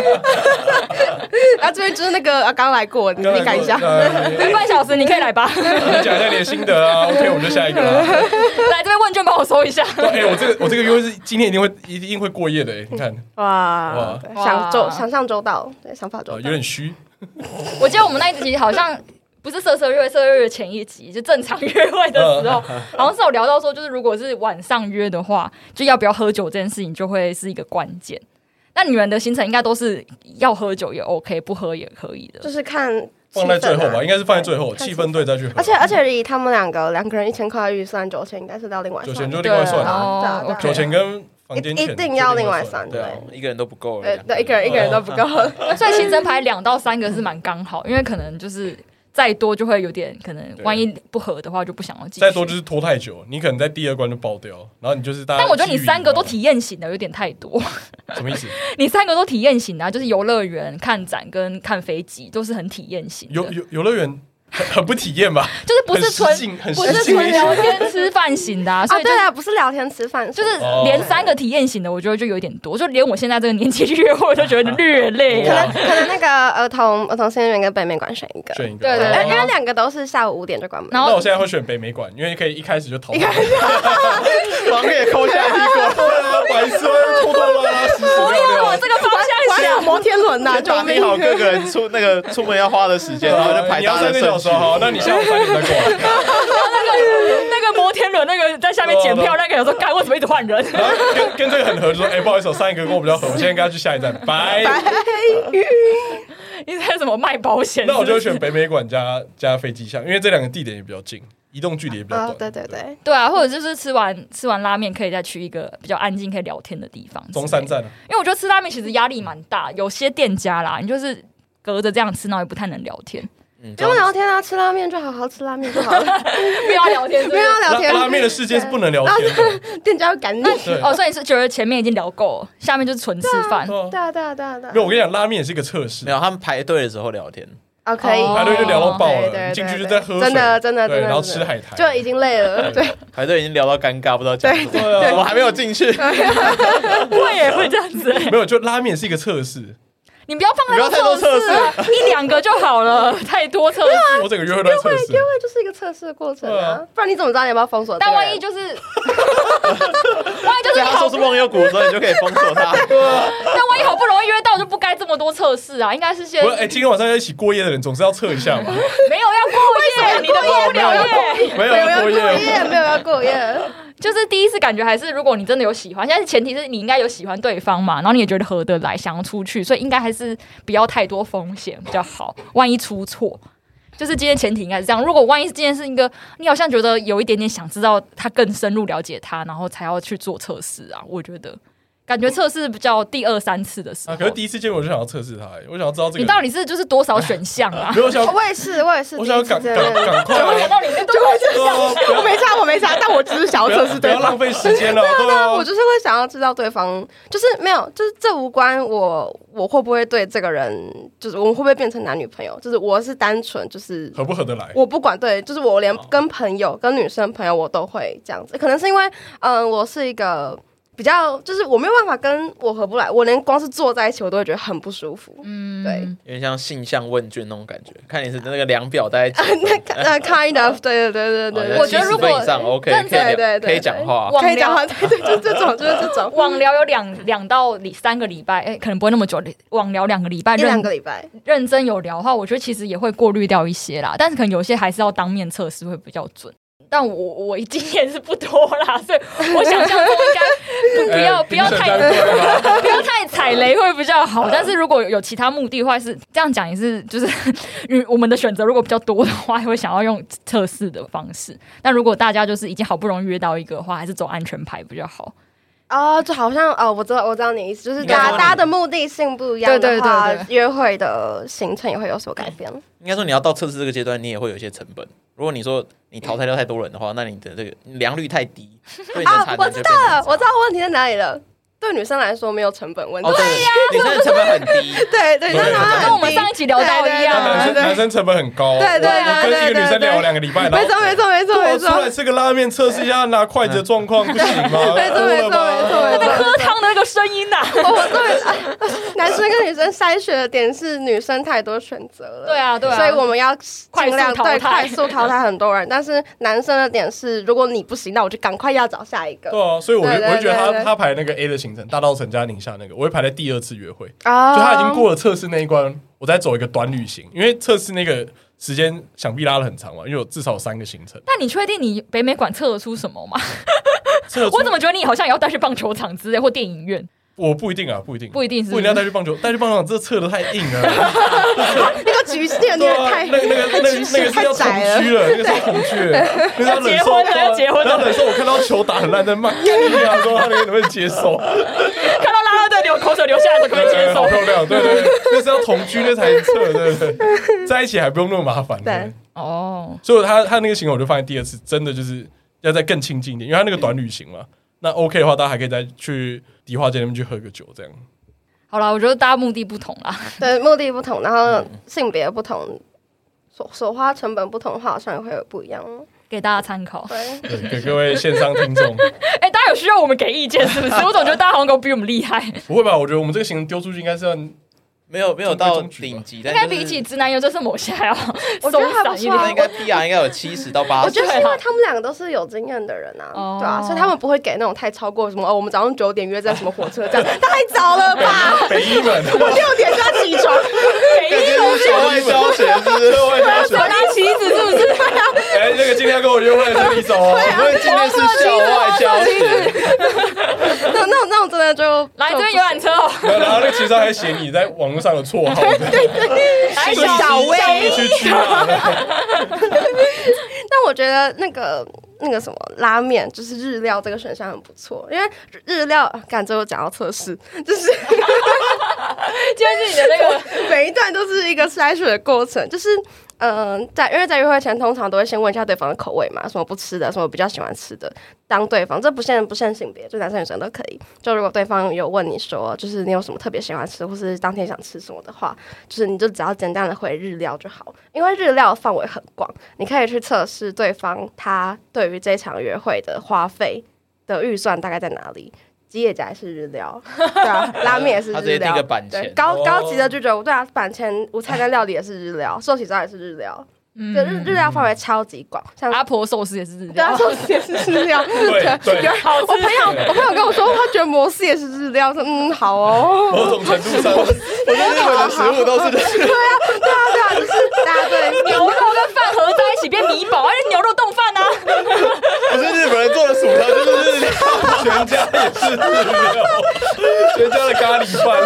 然后这边就是那个啊，刚来过，你你改一下。 半小时你可以来吧。 你讲一下你的心得啊 ，OK， 我们就下一个了。 来这边问卷帮我搜一下。 哎，我这个我这个约会是今天一定会一定会过夜的哎，你看。 哇，想周想象周到，对，想法周到。 有点虚。 我记得我们那一集好像不是色色约会，色色约会前一集就正常约会的时候，好像是有聊到说，就是如果是晚上约的话，就要不要喝酒这件事情就会是一个关键。那你们的行程应该都是要喝酒也 OK， 不喝也可以的， 就是看放在最后吧，应该是放在最后，气氛对再去喝。 而且而且以他们两个两个人一千块预算，酒钱应该是要另外算， 酒钱就另外算啊， 酒钱跟房间钱一定要另外算， 对，一个人都不够了， 对，一个人一个人都不够， 所以行程排两到三个是蛮刚好，因为可能就是。再多就会有点可能，万一不合的话就不想要继续。 再多就是拖太久，你可能在第二关就爆掉，然后你就是大家。 但我觉得你三个都体验型的有点太多。 什么意思？ 你三个都体验型的、啊，就是游乐园、看展跟看飞机都是很体验型的。 游游游乐园。很, 很不体验吧？ 就是不是纯不是纯聊天吃饭型的啊，所以、就是、 啊对啊，不是聊天吃饭， 就是连三个体验型的，我觉得就有点多，就连我现在这个年纪去约会，我就觉得略累、 啊。可能可能那个儿童儿童新园跟北美馆选一个， 选一个， 对对对， 因为两个都是下午五点就关门。 那我现在会选北美馆，因为可以一开始就逃，一开始房可以抠下一屁股， 白色拖拖拉拉，死死我要往这个方向想， 摩天轮呐， 就打理好各个人出那个出门要花的时间，然后就排大的顺序。 好，那你下午三点再过来。 那个那个摩天轮那个在下面检票那个有时候，干为什么一直换人？ 然后跟跟这个很合，就说哎，不好意思，我上一个跟我比较合，我现在跟他去下一站，拜。 你在什么卖保险？ 那我就选北美馆加加飞机巷，因为这两个地点也比较近，移动距离也比较短。 哦、对对对， 对啊，或者就是吃完吃完拉面，可以再去一个比较安静可以聊天的地方。 中山站、啊， 因为我觉得吃拉面其实压力蛮大，有些店家啦，你就是隔着这样吃，然后也不太能聊天。 不用聊天啊，吃拉面就好好吃拉面就好了， 不要聊天， 不要聊天。 拉面的世界是不能聊天的， 店家会赶你。 哦，所以你是觉得前面已经聊够了，下面就是纯吃饭。 对啊，对啊，对啊，对啊。 没有，我跟你讲，拉面也是一个测试。 没有，他们排队的时候聊天。 哦，可以， 排队就聊到爆了，进去就在喝水， 真的，真的，真的， 然后吃海苔， 就已经累了。对， 排队已经聊到尴尬，不知道讲什么。 对， 我还没有进去。 我也会这样子。 没有，就拉面是一个测试。 你不要放太多测试、啊，一两个就好了，太多测试。 我整个约会都在测试， 约会就是一个测试的过程啊，不然你怎么知道你要不要封锁？ 但万一就是，万一就是他说是忘忧谷的时候，你就可以封锁他。 但万一好不容易约到，就不该这么多测试啊，应该是先。 不是，哎，今天晚上要一起过夜的人，总是要测一下嘛。 没有要过夜，你的过不了夜， 没有要过夜， 没有要过夜。 就是第一次感觉还是，如果你真的有喜欢，现在前提是你应该有喜欢对方嘛，然后你也觉得合得来，想要出去，所以应该还是不要太多风险比较好。万一出错，就是今天前提应该是这样。如果万一这件事一个，你好像觉得有一点点想知道他更深入了解他，然后才要去做测试啊，我觉得。感觉测试比较第二三次的时候、啊， 可是第一次见我就想要测试他、欸，我想要知道这个。 你到底是就是多少选项啊？ 没有想， 我也是，我也是。 我想要赶赶赶快， 我想到你那多少选项？ 我没差，我没差，但我只是想要测试对方， 不要浪费时间了。 对啊，我就是会想要知道对方，就是没有，就是这无关我我会不会对这个人，就是我们会不会变成男女朋友，就是我是单纯就是合不合得来， 我不管，对，就是我连跟朋友、跟女生朋友我都会这样子，可能是因为嗯、呃，我是一个。比较就是我没有办法跟我合不来，我连光是坐在一起我都会觉得很不舒服。嗯，对， 有点像性向问卷那种感觉，看你是那个量表大概几分。 那 kind of， 对对对对对。 我觉得如果以上 OK， 对对对， 可以讲话， 可以讲话，对对，就这种就是这种。 网聊有两两到三个礼拜，哎，可能不会那么久。网聊两个礼拜， 一两个礼拜， 认真有聊的话，我觉得其实也会过滤掉一些啦。但是可能有些还是要当面测试会比较准。但我我经验是不多啦，所以我想象中应该不不要、欸、不要太不要太踩雷会比较好。但是如果有其他目的的话，是这样讲也是，就是我们的选择如果比较多的话，会想要用测试的方式。但如果大家就是已经好不容易约到一个的话，还是走安全牌比较好。 哦，就好像哦，我知道，我知道你的意思，就是大家大家的目的性不一样的话，对对对对，约会的行程也会有所改变。 应该说，你要到测试这个阶段，你也会有一些成本。如果你说你淘汰掉太多人的话，那你的这个良率太低，对你的产能就变成啊，我知道了，我知道问题在哪里了。对女生来说没有成本问题， 哦、对呀、啊，女生的成本很低， 对对， 跟我们上一集聊到一样， 男生男生成本很高， 对对， 我跟一个女生聊两个礼拜， 没错没错没错没错， 出来吃个拉面测试一下拿筷子的状况，不行吗？ 没错没错没错， 在喝汤的那个声音呐， 我对男生跟女生筛选的点是女生太多选择了， 对啊对啊， 所以我们要尽量对快速淘汰很多人，但是男生的点是，如果你不行，那我就赶快要找下一个。 对啊，所以我我会觉得他他排那个 A 的行程，大稻埕加宁夏那个，我会排在第二次约会， 哦、 就他已经过了测试那一关，我再走一个短旅行，因为测试那个时间想必拉得很长嘛，因为有至少有三个行程。 但你确定你北美馆测得出什么吗？我怎么觉得你好像也要带去棒球场之类或电影院？ 我不一定啊，不一定， 不一定是不是， 不一定要带去棒球，带去棒球场这测的太硬了， 那个局限有点太， 那个那个那个那个是要同居了，那个是要同居了，那个要结婚了，要结婚了， 然后忍受我看到球打很烂在骂，干你啊，说他那个能不能接受？ 看到啦啦队流口水流下来的可不可以接受？ 好漂亮，对对对，那是要同居那才能测，对不对？在一起还不用那么麻烦， 对哦。 所以他他那个行为我就放在第二次，真的就是要再更亲近一点，因为他那个短旅行嘛。那 OK 的话，大家还可以再去迪化街那边去喝个酒，这样。 好啦，我觉得大家目的不同啦， 对，目的不同，然后性别不同，所所花成本不同的话，好像也会有不一样， 给大家参考。 对， 对，给各位线上听众。 哎、欸，大家有需要我们给意见是不是？我总觉得大家好像比我们厉害。 不会吧？我觉得我们这个行程丢出去应该是要。 没有没有到顶级， 应该比起直男游这是某些还要我觉得还不错、啊。 应该 P R 应该有七十到八十。 我觉得是因为他们两个都是有经验的人啊，哦、对啊，所以他们不会给那种太超过什么哦，我们早上九点约在什么火车站，太早了吧？ 北一本， 我六点就要起床。 北一本校外教学是不是？ 校外教学， 拿旗子是不是？ 哎，那个今天要跟我约会的是李总哦， 因为今天是校外教学。 那那那我真的就来这边游览车哦。 然后那个旗上还写你在网络上的绰号。 对对， 来小薇去去啊！ 但我觉得那个那个什么拉面，就是日料这个选项很不错，因为日料，感觉我讲到测试，就是就是你的那个每一段都是一个筛选的过程，就是。嗯、呃，在因为在约会前，通常都会先问一下对方的口味嘛，什么不吃的，什么比较喜欢吃的。当对方这不限不限性别，就男生女生都可以。就如果对方有问你说，就是你有什么特别喜欢吃，或是当天想吃什么的话，就是你就只要简单的回日料就好，因为日料范围很广，你可以去测试对方他对于这场约会的花费的预算大概在哪里。吉野家也是日料，对啊，拉面也是日料， 他直接定个板前， 高高级的居酒屋，对啊，板前午餐跟料理也是日料，寿喜烧也是日料，嗯，对，日日料范围超级广，像阿婆寿司也是日料， 对啊，寿司也是日料， 对对， 我朋友我朋友跟我说，他觉得摩斯也是日料，说嗯好哦， 某种程度上，我觉得日本的食物都是日料， 对啊对啊对啊，就是大家对牛肉跟饭合在一起变米堡，而且牛肉冻饭啊， 不是日本人做的薯条就是日料， 全家也是日料，全家的咖喱饭，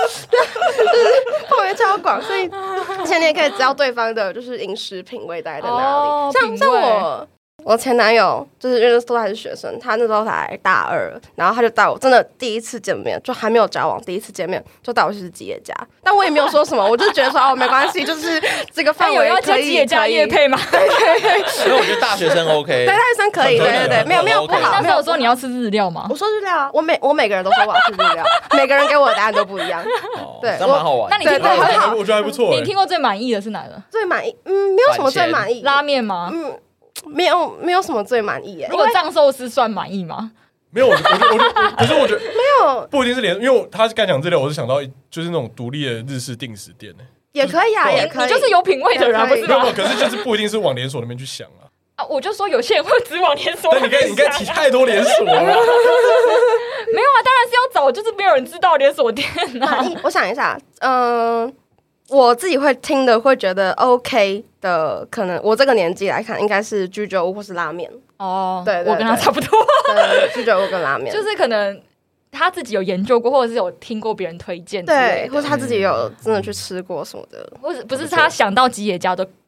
范围超广，所以前你也可以知道对方的就是饮食品味大概在哪里。 哦、 像像我我前男友就是因为都还是学生，他那时候才大二，然后他就带我真的第一次见面，就还没有交往，第一次见面就带我去吃吉野家，但我也没有说什么，我就觉得说哦没关系，就是这个范围可以。 有要接吉野家业配吗？ 对对对， 因为我觉得大学生 OK， 对大学生可以，对对对，没有没有不好。 那时候说你要吃日料吗？ 我说日料啊，我每我每个人都说我要吃日料，每个人给我的答案都不一样。对， 这蛮好玩。 那你听过很好， 我觉得还不错。 你听过最满意的是哪个？ 最满意，嗯，没有什么最满意。 拉面吗？ 嗯。没有没有什么最满意耶。 如果藏寿司算满意吗？ 没有，我我我我，可是我觉得没有， 不一定是连，因为他刚讲这料，我是想到就是那种独立的日式定食店呢， 也可以啊，也可以， 你就是有品味的人，不是吗？ 没有，可是就是不一定是往连锁那边去想啊。 啊，我就说有些人会只往连锁， 但你看，你看提太多连锁了。没有啊，当然是要找就是没有人知道连锁店啊。 我想一下，嗯、呃。我自己会听的，会觉得 OK 的，可能我这个年纪来看，应该是居酒屋或是拉面。 哦， 对， 对， 对， 我跟他差不多。 对，居酒屋跟拉面， 就是可能他自己有研究过，或者是有听过别人推荐， 对，或者他自己有真的去吃过什么的， 或者不是他想到吉野家都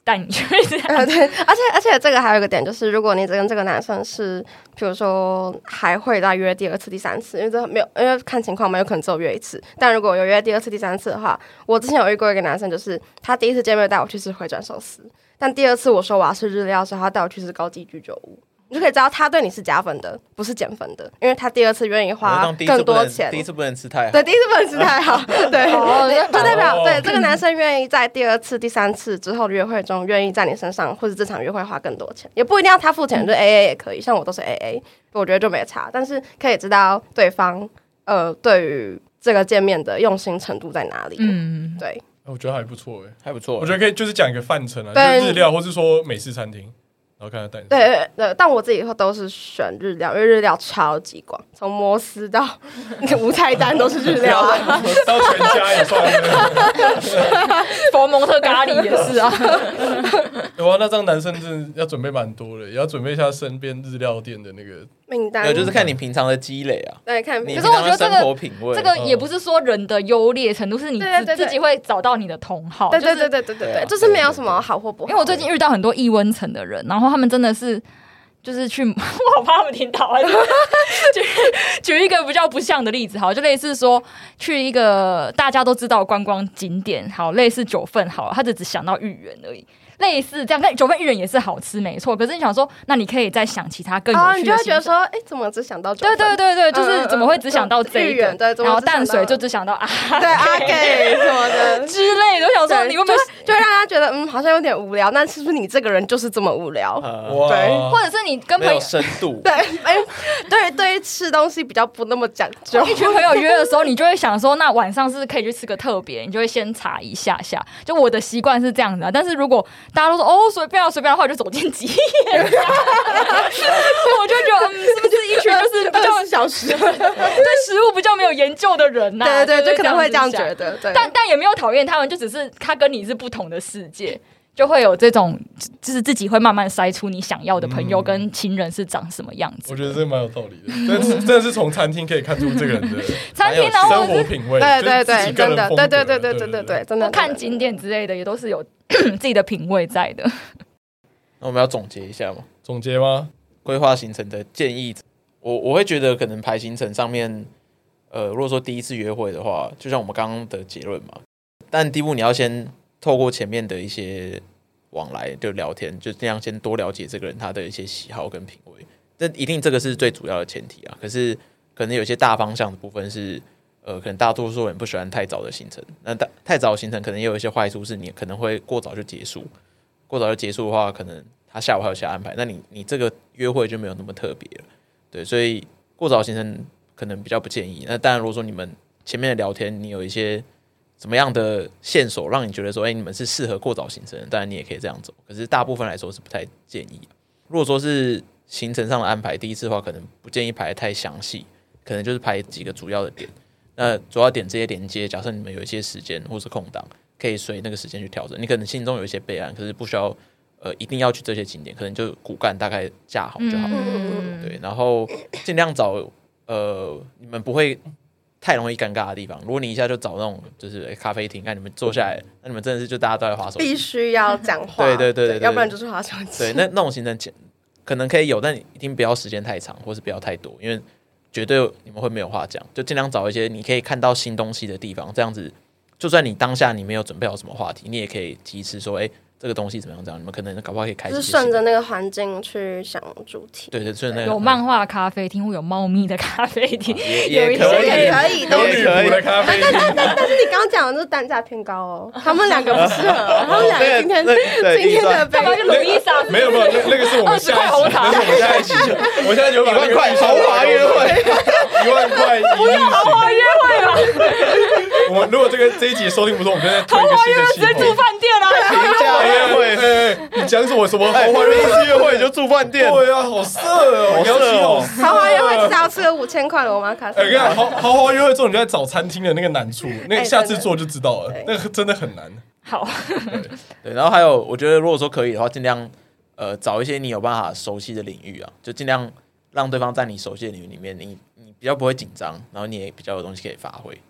带你去这样。 呃，对，而且而且这个还有一个点就是，如果你跟这个男生是，比如说还会再约第二次、第三次，因为这没有，因为看情况嘛，有可能只有约一次。但如果有约第二次、第三次的话，我之前有遇过一个男生，就是他第一次见面带我去吃回转寿司，但第二次我说我要吃日料的时候，他带我去吃高级居酒屋。你就可以知道他对你是加分的，不是减分的，因为他第二次愿意花更多钱。 第一次不能吃太好， 对，第一次不能吃太好，对，哦、就代表、哦、对这个男生愿意在第二次、第三次之后的约会中，愿意在你身上或者这场约会花更多钱，也不一定要他付钱，就 A A 也可以，像我都是 A A， 我觉得就没差，但是可以知道对方呃对于这个见面的用心程度在哪里。嗯，对， 我觉得还不错哎， 还不错， 我觉得可以就是讲一个范畴啊，就是日料或是说美式餐厅。然后看他带你。 对对对，但我自己以后都是选日料，因为日料超级广，从摩斯到无菜单都是日料啊， 到全家也算。 佛蒙特咖喱也是啊。 哇，那这样男生真的要准备蛮多的，也要准备一下身边日料店的那个名单。 对，就是看你平常的积累啊。 对，看你可是我觉得这个品味这个也不是说人的优劣程度，是你自自己会找到你的同好。 对对对对对对对，就是没有什么好或不好。 因为我最近遇到很多异温层的人，然后他们真的是。就是去，我好怕他们听到。举举一个比较不像的例子，好，就类似说去一个大家都知道的观光景点，好，类似九份好了，他就只想到芋圆而已。类似这样，但九份芋圆也是好吃，没错。可是你想说，那你可以再想其他更有趣的、哦。 你就会觉得说，哎、欸，怎么只想到九份？ 对对对对，就是怎么会只想到这一个？ 嗯、对， 然后淡水就只想到啊， 对阿给什么的之类的。我想说，你会不会就会让他觉得，嗯，好像有点无聊？那是不是你这个人就是这么无聊？ 呃、 对， 或者是你跟朋友没有深度？ 对，哎、欸，对，对于吃东西比较不那么讲究。 一群朋友约的时候，你就会想说，那晚上是不是可以去吃个特别？你就会先查一下下。就我的习惯是这样子啊，但是如果大家都说哦，所以。不要随便的话，就走进几眼，我就觉得，嗯，是不是一群就是比较小时对食物比较没有研究的人呐、 啊？对对对， 就可能会这样觉得。对， 但但也没有讨厌他们，就只是他跟你是不同的世界，就会有这种，就是自己会慢慢筛出你想要的朋友跟亲人是长什么样子。 我觉得这蛮有道理的，但是真的是从餐厅可以看出这个人的餐厅然后生活品味， 对对对， 真的，对对对对对对对，真的看景点之类的也都是有自己的品味在的。 那我们要总结一下吗？ 总结吗？ 规划行程的建议，我我会觉得可能排行程上面，呃，如果说第一次约会的话，就像我们刚刚的结论嘛。但第一步你要先透过前面的一些往来就聊天，就这样先多了解这个人他的一些喜好跟品味。这一定这个是最主要的前提啊。可是可能有些大方向的部分是，呃，可能大多数人不喜欢太早的行程。那太早的行程可能也有一些坏处，是你可能会过早就结束。过早就结束的话，可能他下午还有其他安排，那你你这个约会就没有那么特别了，对，所以过早行程可能比较不建议。那当然，如果说你们前面的聊天，你有一些怎么样的线索，让你觉得说，哎、欸，你们是适合过早行程的，当然你也可以这样走。可是大部分来说是不太建议、啊。如果说是行程上的安排，第一次的话，可能不建议排得太详细，可能就是排几个主要的点。那主要点这些连接，假设你们有一些时间或是空档。可以随那个时间去调整，你可能心中有一些备案，可是不需要呃一定要去这些景点，可能就骨干大概架好就好了。嗯、对，然后尽量找呃你们不会太容易尴尬的地方。如果你一下就找那种就是咖啡厅，看你们坐下来，那你们真的是就大家都在滑手机， 必须要讲话。 对对 对, 对, 对, 对， 要不然就是滑手机。 对，那那种行程可能可以有，但一定不要时间太长，或是不要太多，因为绝对你们会没有话讲。就尽量找一些你可以看到新东西的地方，这样子。就算你当下你没有准备好什么话题，你也可以及时说，哎、欸，这个东西怎么样？这样你们可能搞不好可以开始。 就是顺着那个环境去想主题。 对对，顺着那个有漫画咖啡厅，或有猫咪的咖啡厅， 也也可以，也可以， 有女仆的咖啡厅。 但但但是你刚刚讲的就是单价偏高哦，他们两个不适合，他们两个今天今天的干嘛就鲁伊莎？ 没有没有，那那个是我们下一期，那是我们下一期。我现在有一万块豪华约会， 一万块不用豪华约会了。 我们如果这个这一集收听不错，我们就在推一个新的直接住饭店啊， 平价约会。 哎哎，你讲什么什么豪华约会？约会就住饭店？ 对啊，好色哦， 好色哦！ 豪华约会至少要吃个五千块的罗马卡。 哎，跟你讲，豪豪华约会之后，你就在找餐厅的那个难处，那个下次做就知道了，那个真的很难。 好， 对，然后还有，我觉得如果说可以的话，尽量呃找一些你有办法熟悉的领域啊，就尽量让对方在你熟悉的领域里面，你你比较不会紧张，然后你也比较有东西可以发挥。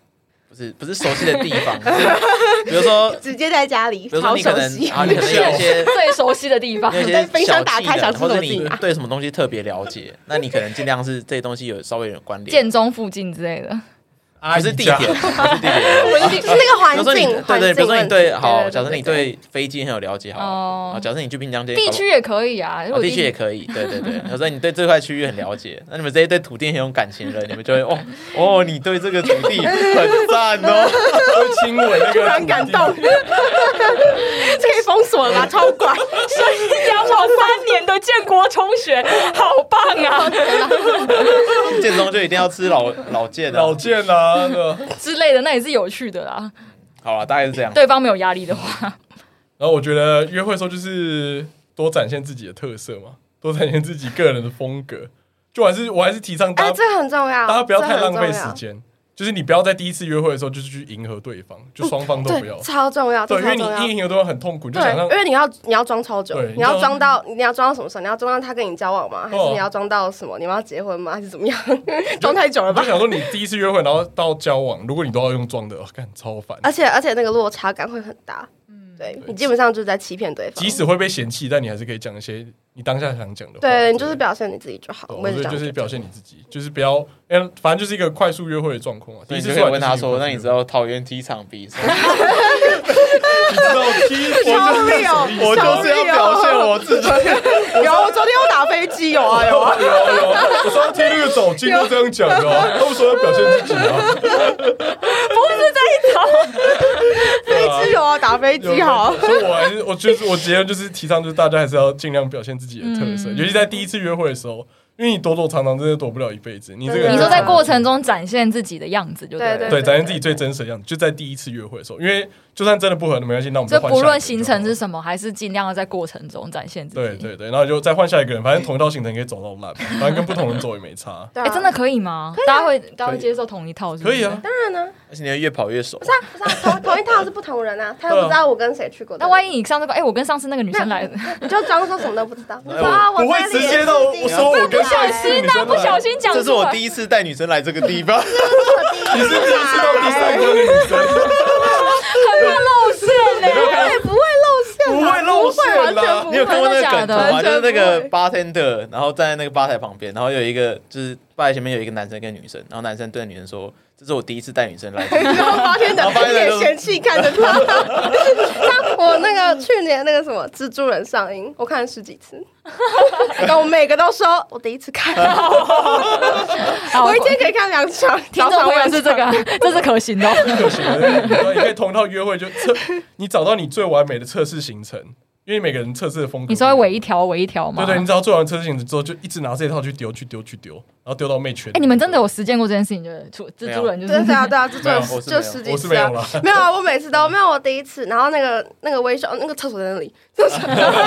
不是不是熟悉的地方，比如说直接在家里， 比如说你可能啊，你可能有一些最熟悉的地方， 有一些冰箱打开想吃或者你什么自己拿对什么东西特别了解，那你可能尽量是这些东西有稍微有点关联。 建中附近之类的， 不是地点，不是地点， 是那个环比如说你境， 对对，比如说你对好， 对假设你对飞机很有了解，好哦啊，假设你去滨江街地区也可以啊，如哦， 果地区也可以，对对对。有时候你对这块区域很了解，那你们这些对土地很有感情的人，你们就会哦哦，你对这个土地很赞哦， 会亲吻那个， 很感动，这可以封锁了吧？超怪， 养我三年的建国中学，好棒啊建中就一定要吃老老建老剑啊，那个。 之类的，那也是有趣的啦。 好了，大概是这样。 对方没有压力的话， 然后我觉得约会的时候就是多展现自己的特色嘛，多展现自己个人的风格。就还是我还是提倡大哎， 家， 这很重要， 大家不要太浪费这很重要时间。就是你不要在第一次约会的时候就是去迎合对方，就双方都不要对，。超重要， 对，因为你这超重要一迎合对方很痛苦，你就对， 想象因为你要你要装超久对， 你要你知道装到你要装到什么时候？你要装到他跟你交往吗？还哦是你要装到什么？你们要结婚吗？还是怎么样？装太久了吧你就？想说你第一次约会，然后到交往，如果你都要用装的，哦干超烦。 而且而且那个落差感会很大。嗯，对你基本上就是在欺骗对方。 即使会被嫌弃，但你还是可以讲一些你当下想讲的话。 对你就是表现你自己就好。 对我也这样觉得我觉得就是表现你自己，就是不要，哎，反正就是一个快速约会的状况啊。第一次你就可以出来就是一个问他说：“那快速约会你知道桃园机场比赛？ 你知道踢超厉哦， 我就是要表现我自己。 有，我昨天有打飞机，有啊有啊。 有啊有啊，我上次听那个早金都这样讲的啊，他们说要表现自己啊。 不是在吵。 飞机有啊，打飞机好。 所以我还是我就是我结论就是提倡就是大家还是要尽量表现自己的特色， 嗯尤其在第一次约会的时候，因为你躲躲藏藏真的躲不了一辈子。你这个你说在过程中展现自己的样子就对了。 对对展现自己最真实的样子，就在第一次约会的时候，因为就算真的不合，没关系，那我们就这不换下一个论行程就是好什么，还是尽量要在过程中展现自己。 对对对，然后就再换下一个人，反正同一套行程可以走到烂，反正跟不同人走也没差。 对啊哎，真的可以吗？大家会大家会接受同一套是不是？ 可以啊， 当然呢， 而且你会越跑越熟。 不是啊不是啊，同同一套是不同人啊，他又不知道我跟谁去过。 那万一你上次说，哎，我跟上次那个女生来的， 你就装作什么都不知道，你说我啊，我不会在里直接到我说我跟上一次女生不小心讲这是出来， 我第一次带女生来这个地方， 你是第一次到第三个的女生， 很怕露馅呢。 对，不会露馅啦， 不会露馅啦不会完全不会你有看过那个梗图真的假的吗？就是那个完全不会 bartender，然后站在那个吧台旁边，然后有一个就是吧台前面有一个男生跟女生，然后男生对女生说：“这是我第一次带女生来这个地方。” 然后发现的然后发现的就一脸嫌弃看着他。像我那个去年那个什么蜘蛛人上映，我看了十几次，然后我每个都说我第一次看，我一天可以看两场。 听众朋友是这个啊，这是可行的哦。 可行的。然后你可以同一套约会就测，你找到你最完美的测试行程，因为每个人测试的风格不一样。 你稍微围一条，围一条嘛。 对对，你只要做完测试行程之后，就一直拿这套去丢，去丢，去丢，然后丢到妹圈。 哎，你们真的有实践过这件事情？就是出蜘蛛人就是对对啊对啊，这没有就我是没有就十几我是次啊没有啦， 没有啊，我每次都没有，我第一次，然后那个那个微笑，那个厕所在那里，厕所，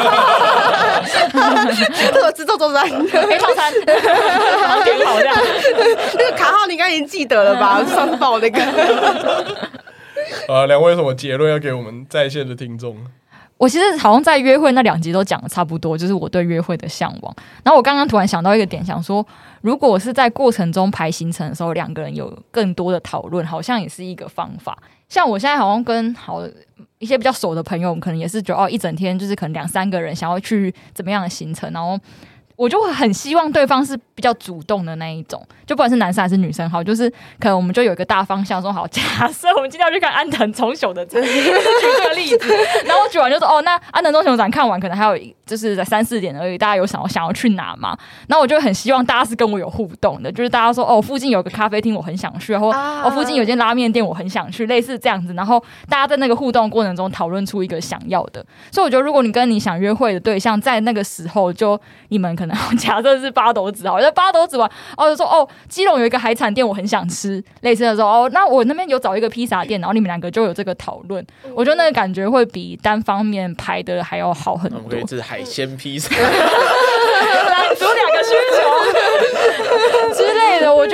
厕所自助桌在黑套餐，然后点好这样。 那个卡号你应该已经记得了吧？上次报那个。 啊，两位有什么结论要给我们在线的听众？ 我其实好像在约会那两集都讲的差不多，就是我对约会的向往。然后我刚刚突然想到一个点，想说，如果是在过程中排行程的时候，两个人有更多的讨论，好像也是一个方法。像我现在好像跟好一些比较熟的朋友，可能也是觉得哦，一整天就是可能两三个人想要去怎么样的行程，然后我就会很希望对方是比较主动的那一种，就不管是男生还是女生，好，就是可能我们就有一个大方向，说好，假设我们今天要去看安藤忠雄的展，就举这个例子，然后举完就说哦，那安藤忠雄展看完，可能还有就是在三四点而已，大家有想要想要去哪嘛？然后我就很希望大家是跟我有互动的，就是大家说哦，附近有个咖啡厅我很想去，或哦附近有间拉面店我很想去，类似这样子，然后大家在那个互动过程中讨论出一个想要的。所以我觉得，如果你跟你想约会的对象在那个时候，就你们可能假设是八斗子，好，在八斗子玩，哦就说哦，基隆有一个海产店我很想吃，类似的说哦，那我那边有找一个披萨店，然后你们两个就有这个讨论，我觉得那个感觉会比单方面排的还要好很多我们可以。吃海鲜披萨， 满足两个需求之类的。我觉得，因为到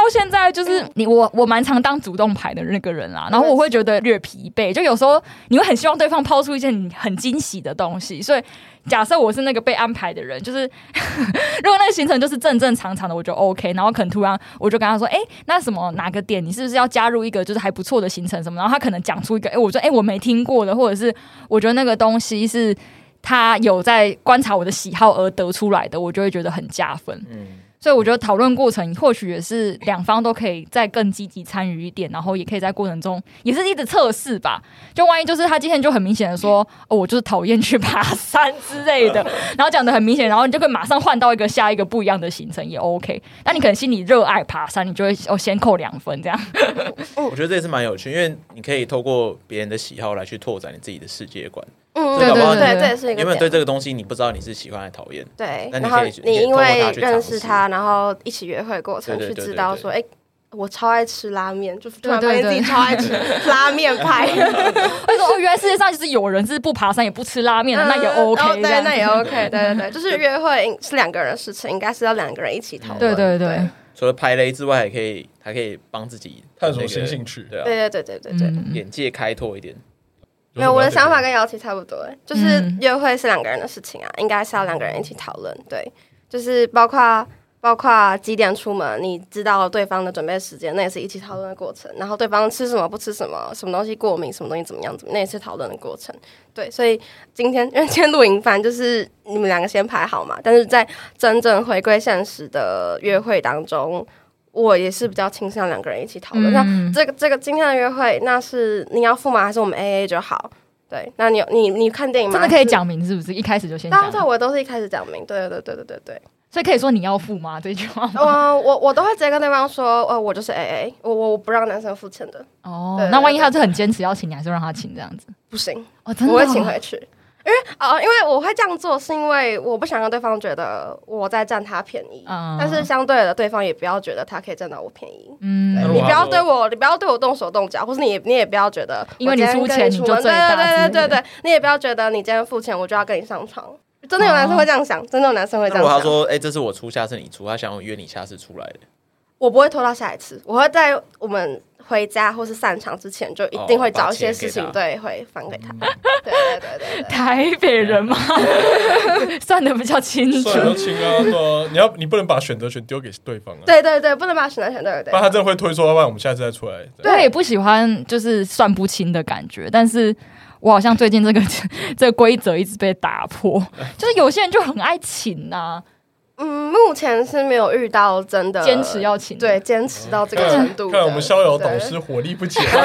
现在就是你我我蛮常当主动牌的那个人啦，然后我会觉得略疲惫，就有时候你会很希望对方抛出一件很惊喜的东西，所以假设我是那个被安排的人，就是如果那个行程就是正正常常的，我就 OK， 然后可能突然我就跟他说，哎、欸，那什么哪个点你是不是要加入一个就是还不错的行程什么，然后他可能讲出一个，哎、欸，我说哎、欸、我没听过的，或者是我觉得那个东西是他有在观察我的喜好而得出来的，我就会觉得很加分。嗯，所以我觉得讨论过程或许也是两方都可以再更积极参与一点，然后也可以在过程中也是一直测试吧。就万一就是他今天就很明显的说，哦，我就是讨厌去爬山之类的，然后讲得很明显，然后你就可以马上换到一个下一个不一样的行程也 OK。但你可能心里热爱爬山，你就会哦先扣两分这样。 我觉得这也是蛮有趣，因为你可以透过别人的喜好来去拓展你自己的世界观。 嗯，对对对，这也是一个点。 原本对这个东西你不知道你是喜欢还是讨厌， 对， 那你然后可以你因为认识他，然后一起约会过程去知道说，哎，我超爱吃拉面，就突然发现自己超爱吃拉面派。为什么？原来世界上就是有人是不爬山也不吃拉面的，那也 OK， 哦，对，那也 OK， 对对对，就是约会是两个人的事情，应该是要两个人一起讨论。 对对对。 除了排雷之外，还可以还可以帮自己探索新兴趣， 对啊， 对对对对对对， 眼界开拓一点。 没有，我的想法跟姚琪差不多，就是约会是两个人的事情啊，应该是要两个人一起讨论。对，就是包括包括几点出门，你知道对方的准备时间，那也是一起讨论的过程。然后对方吃什么不吃什么，什么东西过敏，什么东西怎么样，怎么那也是讨论的过程。对，所以今天因为今天录影番就是你们两个先排好嘛，但是在真正回归现实的约会当中。我也是比较倾向两个人一起讨论。那、嗯、这个这个今天的约会，那是你要付吗？还是我们 A A 就好？对，那你你你看电影吗？ 真的可以讲明是不是？一开始就先讲。 当然，我都是一开始讲明。对对对对对对。 所以可以说你要付吗？这句话吗？ 呃，我我都会直接跟对方说，呃，我就是 A A， 我我不让男生付钱的。 哦，对对对，那万一他是很坚持要请你，还是让他请这样子？ 不行， 哦，真的、哦， 我会请回去。因为哦，因为我会这样做，是因为我不想让对方觉得我在占他便宜，嗯、但是相对的，对方也不要觉得他可以占到我便宜。嗯，你不要对我，你不要对我动手动脚，或是你你也不要觉得因为你出钱你就最大， 对对对对对，你也不要觉得你今天付钱我就要跟你上床。真的有男生会这样想，真的有男生会这样想。 如果他说，哎、欸，这次我出，下次你出，他想约你下次出来的， 我不会拖到下一次，我会在我们回家或是散场之前，就一定会找一些事情，哦、对，会放给他。对对对对对， 台北人嘛，算得比较清楚， 算得清啊，对啊，你要你不能把选择权丢给对方啊。 对对对，不能把选择权丢给对方， 不然他真的会推说，要不然我们下次再出来。 对，我也不喜欢就是算不清的感觉，但是。我好像最近这个这个规则一直被打破，就是有些人就很爱请呐、啊。 嗯，目前是没有遇到真的坚持要请， 对，坚持到这个程度。 看我们逍遥董事火力不减。好，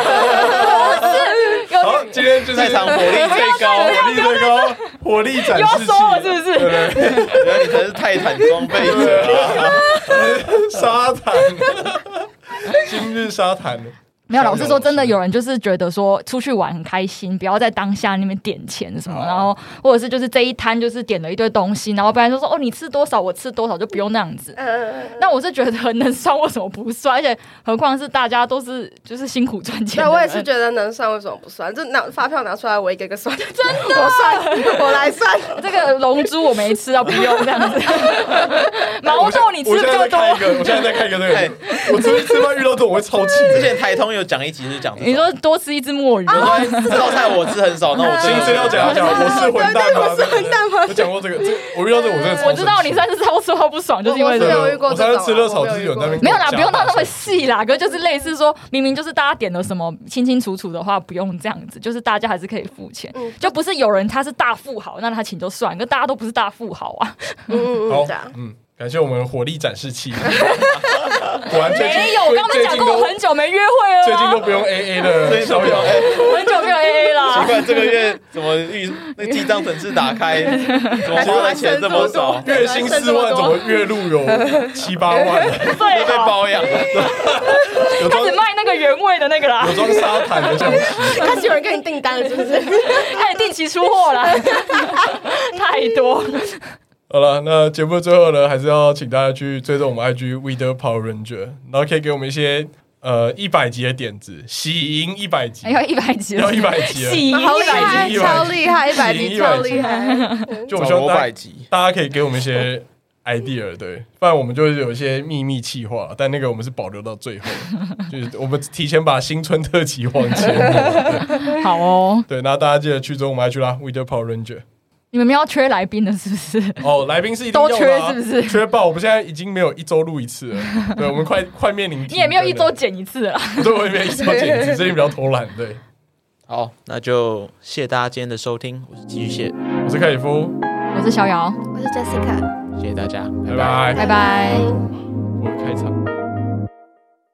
今天就是在场火力最高， 火力最高，火力展示器， 是不是？ 原来你才是泰坦装备者啊！ 沙滩，今日沙滩。 没有，老实说，真的有人就是觉得说出去玩很开心，不要在当下那边点钱什么，哦、然后或者是就是这一摊就是点了一堆东西，然后别人就说哦你吃多少我吃多少就不用那样子。嗯、那我是觉得能算为什么不算？而且何况是大家都是就是辛苦赚钱的人。 对，我也是觉得能算为什么不算？就拿发票拿出来，我一个一个算。真的，我算，我来算。 这个龙珠我没吃啊，不用这样子。毛豆你吃比较多。 我现在在看一个，我现在在看一个那个，我出去吃饭遇到这种我会超气。 之前台通有讲一集是讲， 你说多吃一只墨鱼， 啊、这道菜我吃很少，那我新生要讲讲我是混蛋吗？ 我是混蛋吗？ 我讲过这个，这我遇到这个我真的超我知道你上次超说不爽，就是因为这个。 我上次吃热炒鸡有那边没有啦，不用到那么细啦，可就是类似说，明明就是大家点了什么清清楚楚的话，不用这样子，就是大家还是可以付钱，嗯、就不是有人他是大富豪，那他请就算，可大家都不是大富豪啊。 嗯嗯， 好，嗯。感谢我们火力展示器。果然最近没有，我刚刚讲过，我很久没约会了。 最近都不用 A A 了， 逍遥， 很久没有 A A 了。 奇怪，这个月怎么预那记账本次打开，怎么花的钱这么少？ 月薪四万，怎么月入有七八万？ 对，被包养了。 开始卖那个原味的那个啦， 有装沙滩的相机。 开始有人给你订单了，是不是？ 开始定期出货了，太多。 好了，那节目最后呢，还是要请大家去追踪我们 I G We The Power Ranger， 然后可以给我们一些呃一百集的点子，喜迎一百集， 要一百集， 要一百集， 喜迎一百集，超厉害，一百集超厉害， 就我希望大家大家可以给我们一些 idea， 对，不然我们就会有一些秘密企划，但那个我们是保留到最后，就是我们提前把新春特辑往前面。 好哦， 对，那大家记得去之后我们还去拉 With the Power Ranger。 你们没有缺来宾的，是不是？ 哦，来宾是一定要的、啊、 都缺，是不是？ 缺爆！我们现在已经没有一周录一次了，对，我们快快面临。 你也没有一周剪一次了， 对，我也没有一周剪一次，最近比较偷懒。对， 好，那就谢谢大家今天的收听，我是寄居蟹， 我是凯里夫， 我是逍遥， 我是 Jessica， 谢谢大家， 拜拜， 拜拜。 我开场。